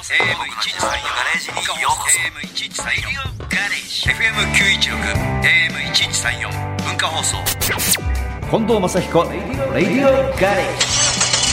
AM1134 ガレージにようこそ。AM1134 ガレージ FM916 AM1134 文化放送。 近藤正彦レディオガレージ。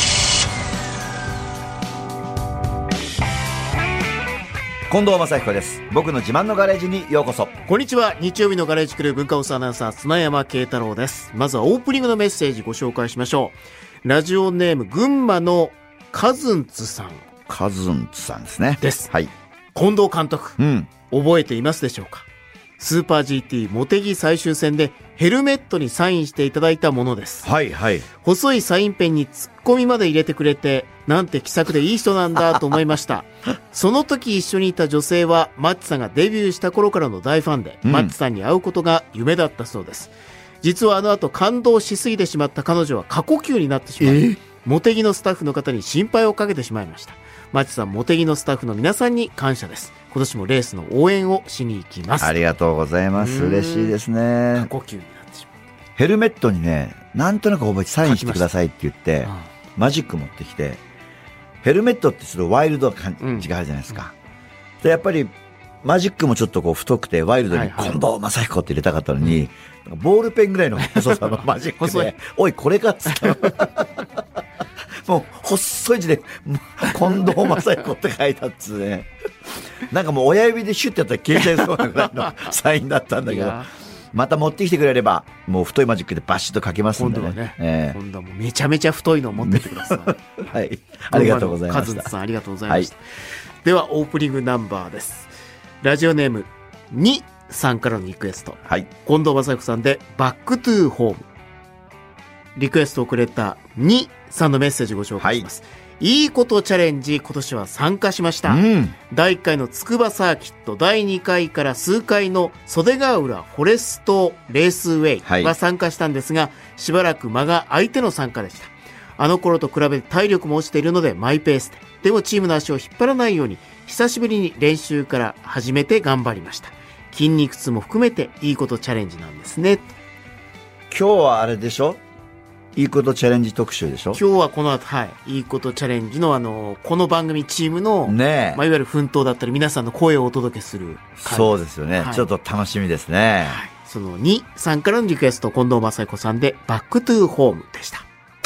近藤正彦です。僕の自慢のガレージにようこそ。 こんにちは。日曜日のガレージクルー文化放送アナウンサー砂山慶太郎です。まずはオープニングのメッセージご紹介しましょう。ラジオネーム群馬のカズンツさん。 カズンツさんですね。 です。 はい。 近藤監督、 覚えていますでしょうか。スーパー GT モテギ最終戦でヘルメットにサインしていただいたものです。 はいはい。 細いサインペンにツッコミまで入れてくれて、なんて気さくでいい人なんだと思いました。その時一緒にいた女性はマッチさんがデビューした頃からの大ファンで、マッチさんに会うことが夢だったそうです。実はあの後感動しすぎてしまった彼女は過呼吸になってしまい、モテギのスタッフの方に心配をかけてしまいました。マッチさん、モテギのスタッフの皆さんに感謝です。今年もレースの応援をしに行きます。 ありがとうございます。嬉しいですね。 過呼吸になってしまう。 ヘルメットにね、なんとなく覚えてサインしてくださいって言って、マジック持ってきて、ヘルメットってすごいワイルドな感じがあるじゃないですか。でやっぱりマジックもちょっとこう太くてワイルドに近藤正彦って入れたかったのに、ボールペンぐらいの細さのマジックでおいこれかっつったもう細い字で近藤正彦って書いたっつうね。なんかもう親指でシュッてやったら消えちゃいそうなぐらいのサインだったんだけど、また持ってきてくれればもう太いマジックでバシッと書けますんでね。 今度はね、今度はもうめちゃめちゃ太いのを持ってってください。 はい、ありがとうございました。 カズンさんありがとうございました。ではオープニングナンバーです。ラジオネーム2さんからのリクエスト、近藤正彦さんでバックトゥーホーム。リクエストをくれた2さんのメッセージをご紹介します。いいことチャレンジ、今年は参加しました。第1回の筑波サーキット、第2回から数回の袖ヶ浦フォレストレースウェイは参加したんですが、しばらく間が空いての参加でした。あの頃と比べて体力も落ちているのでマイペースでもチームの足を引っ張らないように久しぶりに練習から始めて頑張りました。筋肉痛も含めていいことチャレンジなんですね。 今日はあれでしょ、いいことチャレンジ特集でしょ。 今日はこの後、いいことチャレンジのこの番組チームの、いわゆる奮闘だったり皆さんの声をお届けする回。 そうですよね、ちょっと楽しみですね。 その2さんからのリクエスト、近藤正彦さんでバックトゥーホームでした。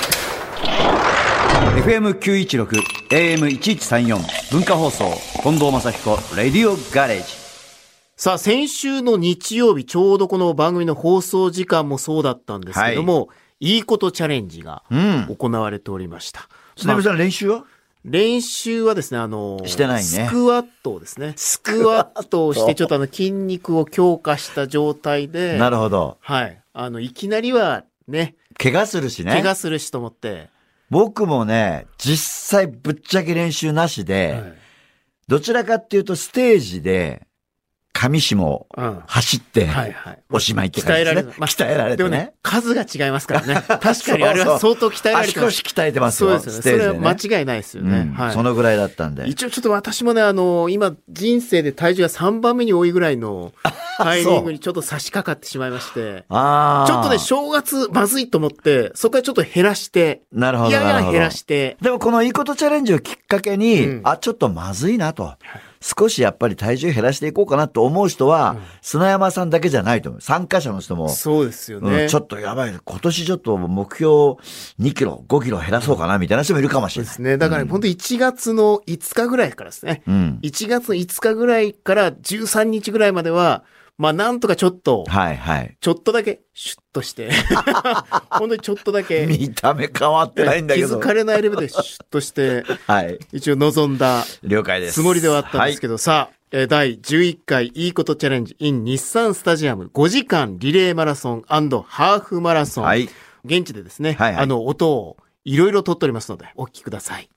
FM916 AM1134 文化放送、近藤正彦レディオガレージ。 さあ、先週の日曜日、ちょうどこの番組の放送時間もそうだったんですけども、いいことチャレンジが行われておりました。 ちなみに練習はですね、 してないね。 スクワットをですね、スクワットをしてちょっと筋肉を強化した状態で。 なるほど。 いきなりはね。 怪我するしね。 怪我するしと思って。 僕もね、実際ぶっちゃけ練習なしで、どちらかっていうとステージで、上下を走って、おしまいって感じですね。鍛えられてね。 でもね、数が違いますからね。確かにあれは相当鍛えられてます。 足腰鍛えてますよ。 そうですよね。それは間違いないですよね。 そのぐらいだったんで。 一応ちょっと私もね、今、人生で体重が3番目に多いぐらいのタイミングにちょっと差し掛かってしまいまして、ちょっとね、正月まずいと思って、そこからちょっと減らして、 なるほど。 やや減らして。 でもこのいいことチャレンジをきっかけに、ちょっとまずいなと。少しやっぱり体重減らしていこうかなと思う人は、砂山さんだけじゃないと思う。参加者の人も。 そうですよね。 ちょっとやばい。今年ちょっと目標2キロ、5キロ減らそうかなみたいな人もいるかもしれない。 そうですね。だから本当1月の5日ぐらいからですね。1月の5日ぐらいから13日ぐらいまでは、なんとかちょっと、ちょっとだけシュッとして、本当にちょっっとだけ。 見た目変わってないんだけど。 気づかれないレベルでシュッとして、一応望んだつもりではあったんですけど、さあ、第11回いいことチャレンジ in 日産スタジアム5時間リレーマラソン&ハーフマラソン。現地でですね、音をいろいろ撮っておりますので、お聞きください。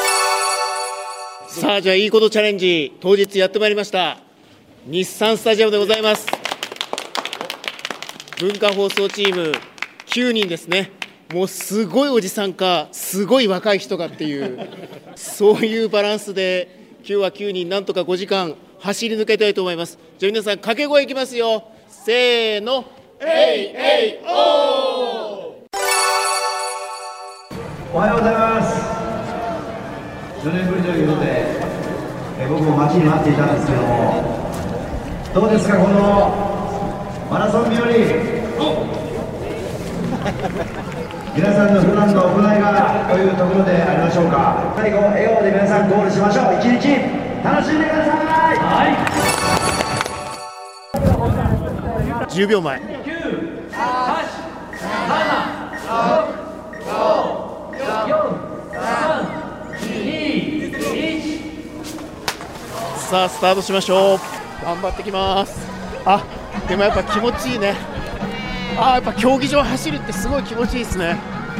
さあ、じゃあいいことチャレンジ、当日やってまいりました。日産スタジアムでございます。文化放送チーム9人ですね。もうすごいおじさんかすごい若い人かっていうそういうバランスで今日は9人なんとか5時間走り抜けたいと思います。じゃあ皆さん掛け声いきますよ。せーの、えいえいおー。 おはようございます。4年ぶりということで僕も待ちに待っていたんですけども、どうですか、このマラソン日和、皆さんの普段の行いがというところでありましょうか。最後笑顔で皆さんゴールしましょう。一日楽しんでください。はい、 10秒前。さあスタートしましょう。頑張ってきます。あ、でもやっぱ気持ちいいね。やっぱ競技場走るってすごい気持ちいいですね。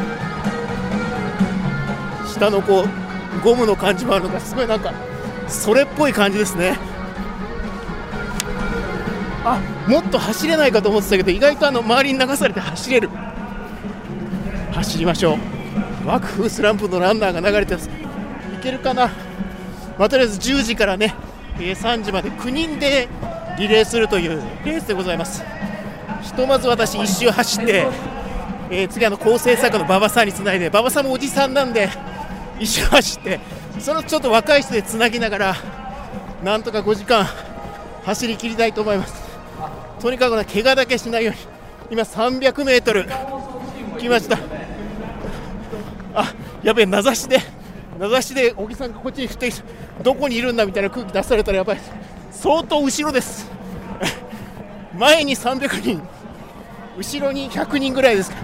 下のこうゴムの感じもあるのがすごいなんかそれっぽい感じですね。もっと走れないかと思ってたけど、意外と周りに流されて走れる。走りましょう。ワクフスランプのランナーが流れてます。いけるかな。とりあえず10時からね3時まで9人でリレーするというレースでございます。ひとまず私1周走って、次構成作家の馬場さんにつないで、馬場さんもおじさんなんで1周走って、そのちょっと若い人でつなぎながらなんとか5時間走り切りたいと思います。とにかく怪我だけしないように。今300メートル来ました。やべえ、名指しで小木さんがこっちに振ってどこにいるんだみたいな空気出されたらやばい。相当後ろです。前に300人後ろに100人ぐらいですから、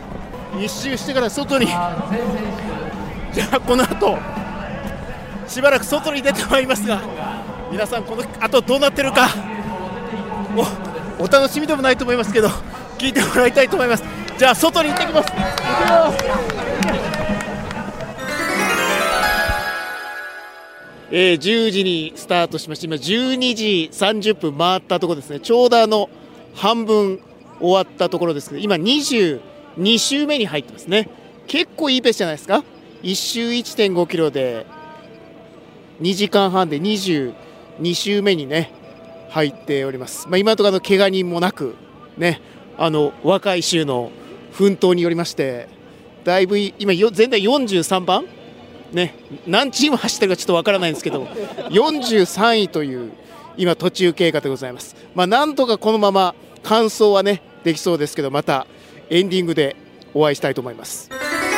一周してから外に。じゃあこの後しばらく外に出てまいりますが、皆さんこの後どうなってるかお楽しみでもないと思いますけど聞いてもらいたいと思います。じゃあ外に行ってきます。10時にスタートしまして、今12時30分回ったところですね。ちょうど半分終わったところですけど、今22周目に入ってますね。結構いいペースじゃないですか。1周 1.5 キロで2時間半で22周目にね入っております。今のところ怪我人もなくね、若い衆の奮闘によりまして、だいぶ今全体43番ね、何チーム走ってるかちょっとわからないんですけど43位という今途中経過でございます。なんとかこのまま完走はねできそうですけど、またエンディングでお会いしたいと思います。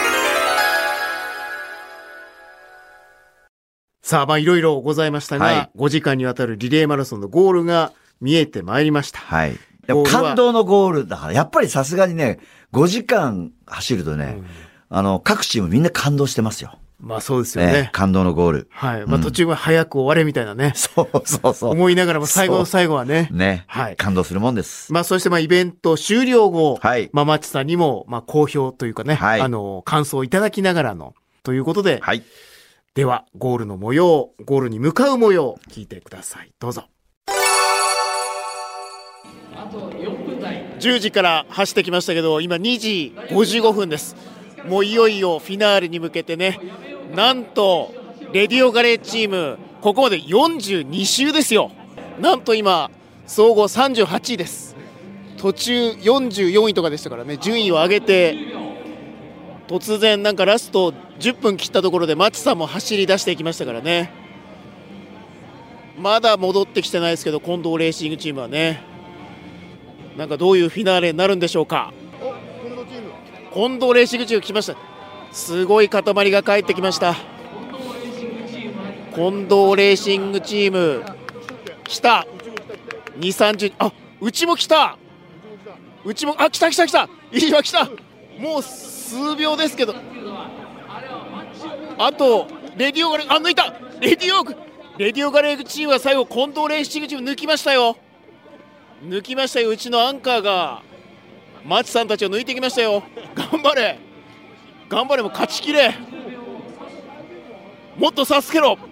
さあいろいろございましたが、5時間にわたるリレーマラソンのゴールが見えてまいりました。はい。でも感動のゴールだから、やっぱりさすがにね、5時間走るとね、各チームみんな感動してますよ。そうですよね。感動のゴール。はい。途中は早く終われみたいなね。そう。思いながらも最後の最後はね。はい。感動するもんです。そしてイベント終了後、マッチさんにも好評というかね、感想をいただきながらのということで、ではゴールの模様、ゴールに向かう模様聞いてください。どうぞ。10時から走ってきましたけど、今2時55分です。もういよいよフィナーレに向けてね、なんとレディオガレーチームここまで42周ですよ。なんと今総合38位です。途中44位とかでしたからね、順位を上げて、突然なんかラスト10分切ったところでマチさんも走り出していきましたからね。まだ戻ってきてないですけど、近藤レーシングチームはね、なんかどういうフィナーレになるんでしょうか。近藤レーシングチーム来ました。すごい塊が帰ってきました。近藤レーシングチーム来た。230、うちも来た。うちも来た。今来た。もう数秒ですけど、あとレディオガレ抜いた。レディオガレーチームは最後近藤レーシングチーム抜きましたよ。うちのアンカーがマチさんたちを抜いてきましたよ。頑張れ、もう勝ちきれ、もっと差つけろ。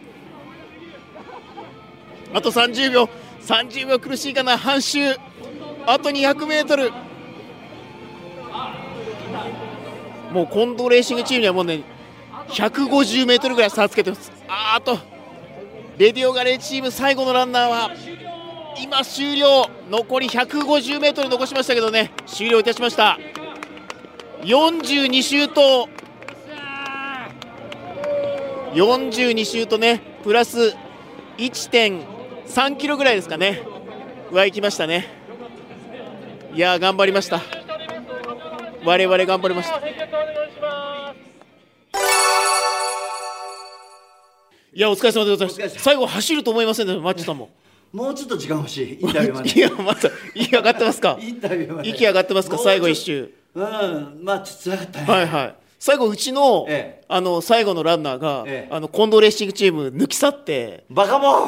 あと30秒苦しいかな。半周あと200メートル。もう近藤レーシングチームにはもうね150メートルぐらい差つけてます。あとレディオガレーチーム最後のランナーは今終了。残り150メートル残しましたけどね、終了いたしました。42周とねプラス 1.3 キロぐらいですかね。上行きましたね。いやー、頑張りました。我々頑張りました。いや、お疲れ様でございます。最後走ると思いませんね、マッチさんも。 もうちょっと時間欲しい。インタビューまで。 いや、また息上がってますか。 インタビューまで。 息上がってますか、最後一周。 うん、まあつらかったね。 はいはい。最後うちの、最後のランナーが、近藤レーシングチーム抜き去って、 バカモン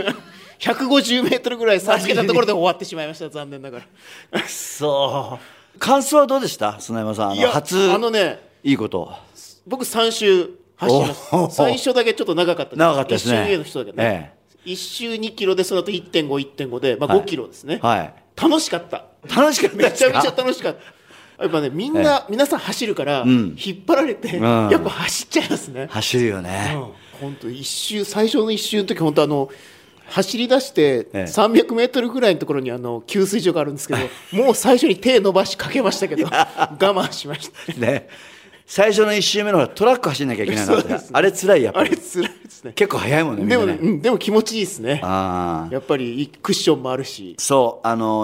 150メートルぐらい差つけたところで終わってしまいました。残念ながら。 そう。感想はどうでした、砂山さん。初いいこと。 僕3周走ります。最初だけちょっと長かったです。 長かったですね。 1周上の人だけどね。1周2キロで、その後 1.5 で、まあ5キロですね。はい。楽しかった。 楽しかった。 めちゃめちゃ楽しかった。やっぱね、皆さん走るから、引っ張られて、やっぱ走っちゃいますね。 走るよね。 本当最初の1周の時、本当走り出して300メートルぐらいのところに給水所があるんですけど、もう最初に手伸ばしかけましたけど、我慢しました。 ね。最初の1周目のトラック走んなきゃいけないなって、あれ辛い、やっぱり。 あれ辛いですね。 結構早いもんね。 でも気持ちいいですね。やっぱりクッションもあるし。 そう、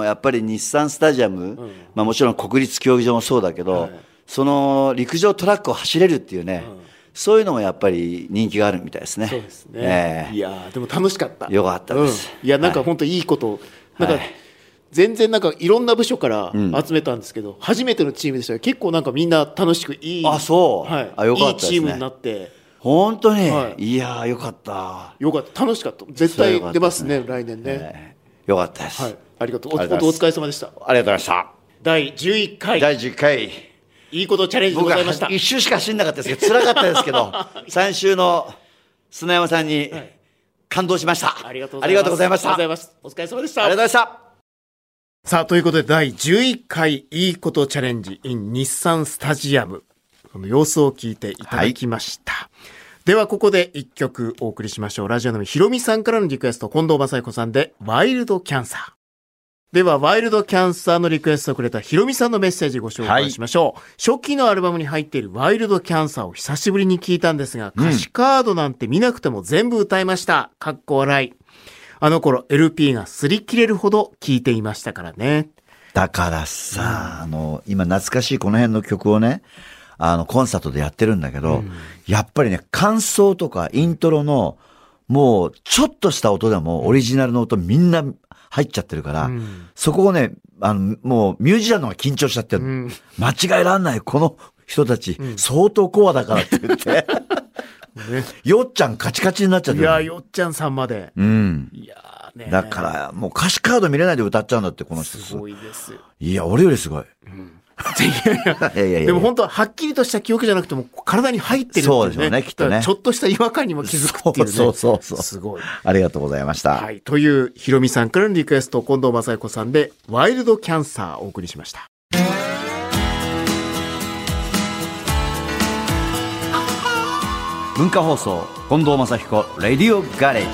やっぱり日産スタジアム、まあもちろん国立競技場もそうだけど、その陸上トラックを走れるっていうね、そういうのもやっぱり人気があるみたいですね。 そうですね。いやでも楽しかった。 よかったです。 いや、なんか本当いいこと、なんか全然なんかいろんな部署から集めたんですけど、初めてのチームでしたら結構なんかみんな楽しくいい、 あ、そう、 はい、 よかったですね。 いいチームになって。 本当に、いやよかった。 よかった、楽しかった。絶対出ますね、来年ね。 よかったです。 はい、ありがとう。本当お疲れ様でした。 ありがとうございました。 第11回。いいことチャレンジでございました。 僕は1周しか走んなかったですけど、辛かったですけど、3周の砂山さんに感動しました。 ありがとうございました。お疲れ様でした。 ありがとうございました。 さあ、ということで第11回いいことチャレンジ in 日産スタジアム。その様子を聞いていただきました。では、ここで一曲お送りしましょう。ラジオネームひろみさんからのリクエスト、近藤正彦さんで、ワイルドキャンサー。では、ワイルドキャンサーのリクエストをくれたひろみさんのメッセージご紹介しましょう。初期のアルバムに入っているワイルドキャンサーを久しぶりに聞いたんですが、歌詞カードなんて見なくても全部歌いました。かっこ笑い。あの頃 LP が擦り切れるほど聴いていましたからね。 だからさ、今懐かしいこの辺の曲をね、コンサートでやってるんだけど、やっぱりね、感想とかイントロの、もうちょっとした音でもオリジナルの音みんな入っちゃってるから、そこをね、もうミュージシャンの方が緊張しちゃってる、間違えらんないこの人たち、相当コアだからって言って。ね、よっちゃんカチカチになっちゃってる。 いや、よっちゃんさんまで。 いやね。だから、もう歌詞カード見れないで歌っちゃうんだって、この人。 すごいです。 いや、俺よりすごい。 いやでも本当ははっきりとした記憶じゃなくても体に入ってるっていうね。 そうでしょうね、きっとね。 ちょっとした違和感にも気づくっていうね。 そう。 すごい。 ありがとうございました。 はい。という、ひろみさんからのリクエスト、近藤正彦さんで、ワイルドキャンサーをお送りしました。 文化放送近藤正彦レディオガレージ。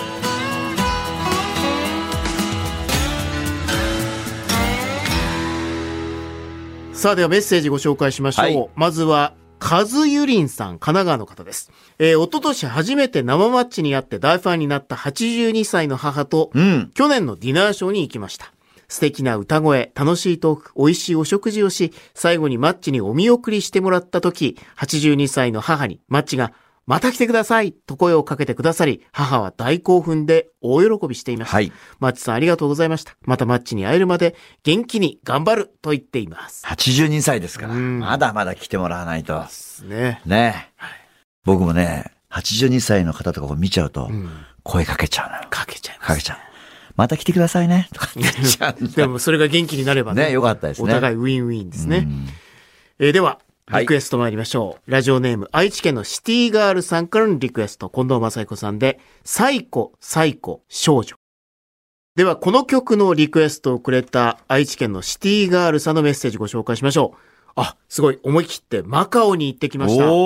さあ、ではメッセージご紹介しましょう。まずはカズユリンさん、神奈川の方です。一昨年初めて生マッチに会って大ファンになった82歳の母と、去年のディナーショーに行きました。素敵な歌声、楽しいトーク、美味しいお食事をし、最後にマッチにお見送りしてもらった時、82歳の母にマッチがまた来てくださいと声をかけてくださり、母は大興奮で大喜びしていました。マッチさんありがとうございました。またマッチに会えるまで元気に頑張ると言っています。 82歳ですから、まだまだ来てもらわないと。 ですね。 ね、僕もね、82歳の方とかを見ちゃうと、声かけちゃうのよ。 かけちゃいます。 かけちゃう。また来てくださいね。とか言っちゃう。 でもそれが元気になればね。 よかったですね。 お互いウィンウィンですね。では、リクエスト参りましょう。ラジオネーム、愛知県のシティガールさんからのリクエスト、近藤正彦さんで、最古少女。では、この曲のリクエストをくれた愛知県のシティガールさんのメッセージご紹介しましょう。あ、すごい、思い切ってマカオに行ってきました。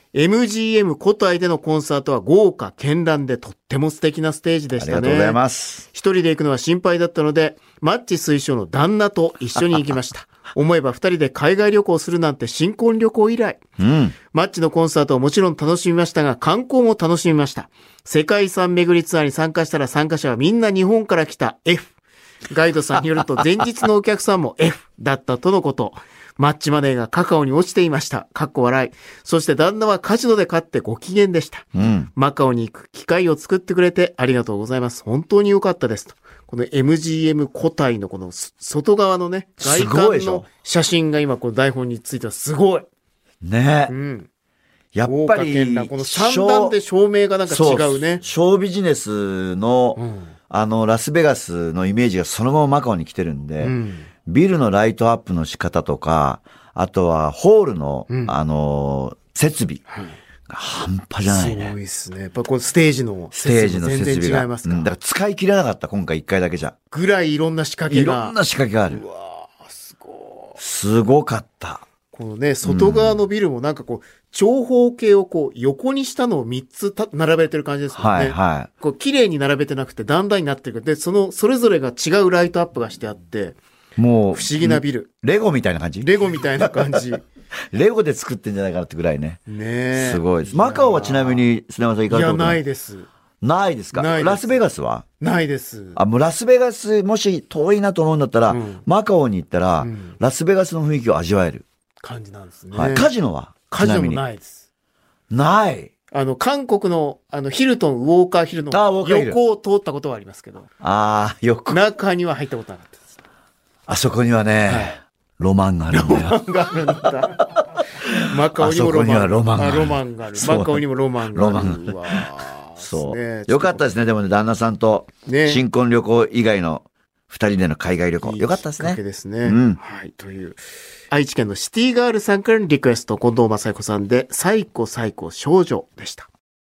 MGM 古代でのコンサートは豪華絢爛でとっても素敵なステージでしたね。 ありがとうございます。 一人で行くのは心配だったので、マッチ推奨の旦那と一緒に行きました。思えば二人で海外旅行するなんて新婚旅行以来。マッチのコンサートはもちろん楽しみましたが、観光も楽しみました。世界遺産巡りツアーに参加したら参加者はみんな日本から来た F。ガイドさんによると前日のお客さんも F だったとのこと。マッチマネーがカカオに落ちていました。かっこ笑い。そして旦那はカジノで勝ってご機嫌でした。マカオに行く機会を作ってくれてありがとうございます。本当に良かったですと。この MGM 古代のこの外側のね、外観の写真が今この台本についてはすごい。 ねえ。やっぱり、 この三段で照明がなんか違うね。 ショービジネスの、ラスベガスのイメージがそのままマカオに来てるんで、ビルのライトアップの仕方とか、あとはホールの、設備。半端じゃないね。 すごいですね。やっぱこのステージの設備が全然違いますか。 だから使い切れなかった、今回一回だけじゃ。 ぐらいいろんな仕掛けが。 いろんな仕掛けがある。 うわー、すごい。 すごかった。 このね、外側のビルもなんかこう、長方形をこう、横にしたのを3つ並べてる感じですよね。 はいはい。 こう、綺麗に並べてなくて段々になってる。で、それぞれが違うライトアップがしてあって、 もう、 不思議なビル。 レゴみたいな感じ？ レゴみたいな感じ。 レゴで作ってんじゃないかなってぐらいね。 ねえ。 すごいです。マカオはちなみに、砂山さん行かれたことない？ いや、ないです。 ないですか？ラスベガスは？ ないです。 もうラスベガス、もし遠いなと思うんだったら、マカオに行ったら、ラスベガスの雰囲気を味わえる。 感じなんですね。 はい。カジノは？ カジノもないです。 ない。 韓国の、ヒルトン、ウォーカーヒルの横を通ったことはありますけど。 横。 中には入ったことなかったです。 あそこにはね、ロマンがあるんだよ。 ロマンがあるんだ。マカオにもロマンがある。ロマンがある。マカオにもロマンがある。 そう。よかったですね。でもね、旦那さんと、新婚旅行以外の二人での海外旅行。よかったですね。 いいきっかけですね。はい。という。愛知県のシティガールさんからのリクエスト、近藤正彦さんで、最古少女でした。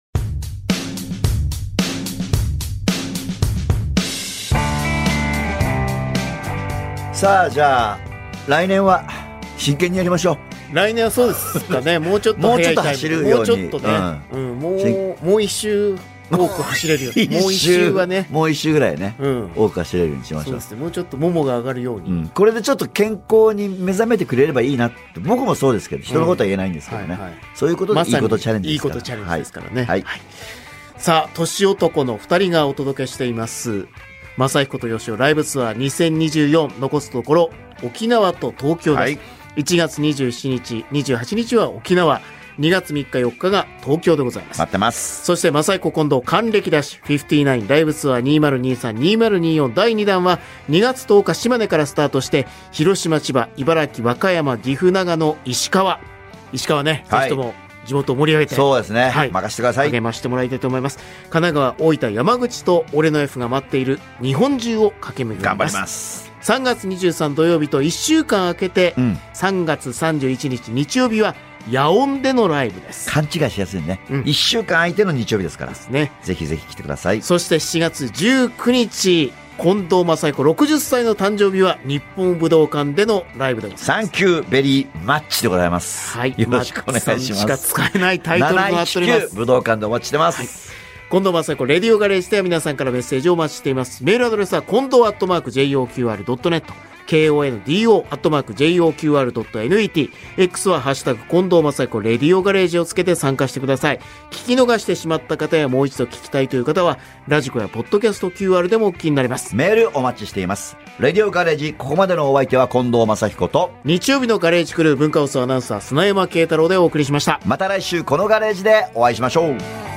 さあ、じゃあ、来年は真剣にやりましょう。 来年はそうですかね。もうちょっと早いタイム。 もうちょっと走るように。 もうちょっとね。もう一周多く走れるように。もう一周はね。 もう一周ぐらいね。多く走れるようにしましょう。 そうですね。もうちょっとももが上がるように。 これでちょっと健康に目覚めてくれればいいなって。僕もそうですけど、人のことは言えないんですけどね。そういうことでいいことチャレンジですから。 いいことチャレンジですからね。はい。さあ、年男の2人がお届けしています。正彦と吉尾ライブツアー2024、残すところ沖縄と東京です。1月27日、28日は沖縄、2月3日4日が東京でございます。 待ってます。 そして正彦近藤還暦ダッシュ59ライブツアー2023-2024第2弾は2月10日島根からスタートして、広島、千葉、茨城、和歌山、岐阜、長野、石川ね、ぜひとも地元を盛り上げて、 そうですね、任せてください。 励ましてもらいたいと思います。神奈川、大分、山口と俺の F が待っている日本中を駆け巡ります。 頑張ります。 3月23土曜日と1週間空けて、3月31日日曜日は野音でのライブです。 勘違いしやすいね。1週間空いての日曜日ですから。 ですね。 ぜひぜひ来てください。 そして7月19日、近藤正彦60歳の誕生日は日本武道館でのライブでございます。 サンキューベリーマッチでございます。 はい。 よろしくお願いします。 しか使えないタイトルとなっております。 武道館でお待ちしてます。 近藤正彦レディオガレージでは皆さんからメッセージをお待ちしています。メールアドレスは近藤@joqr.net、kondo@joqr.net、X はハッシュタグ近藤正彦レディオガレージをつけて参加してください。聞き逃してしまった方やもう一度聞きたいという方はラジコやポッドキャスト QR でもお聞きになります。 メールお待ちしています。レディオガレージ、ここまでのお相手は近藤正彦と、 日曜日のガレージクルー文化放送アナウンサー砂山慶太郎でお送りしました。 また来週このガレージでお会いしましょう。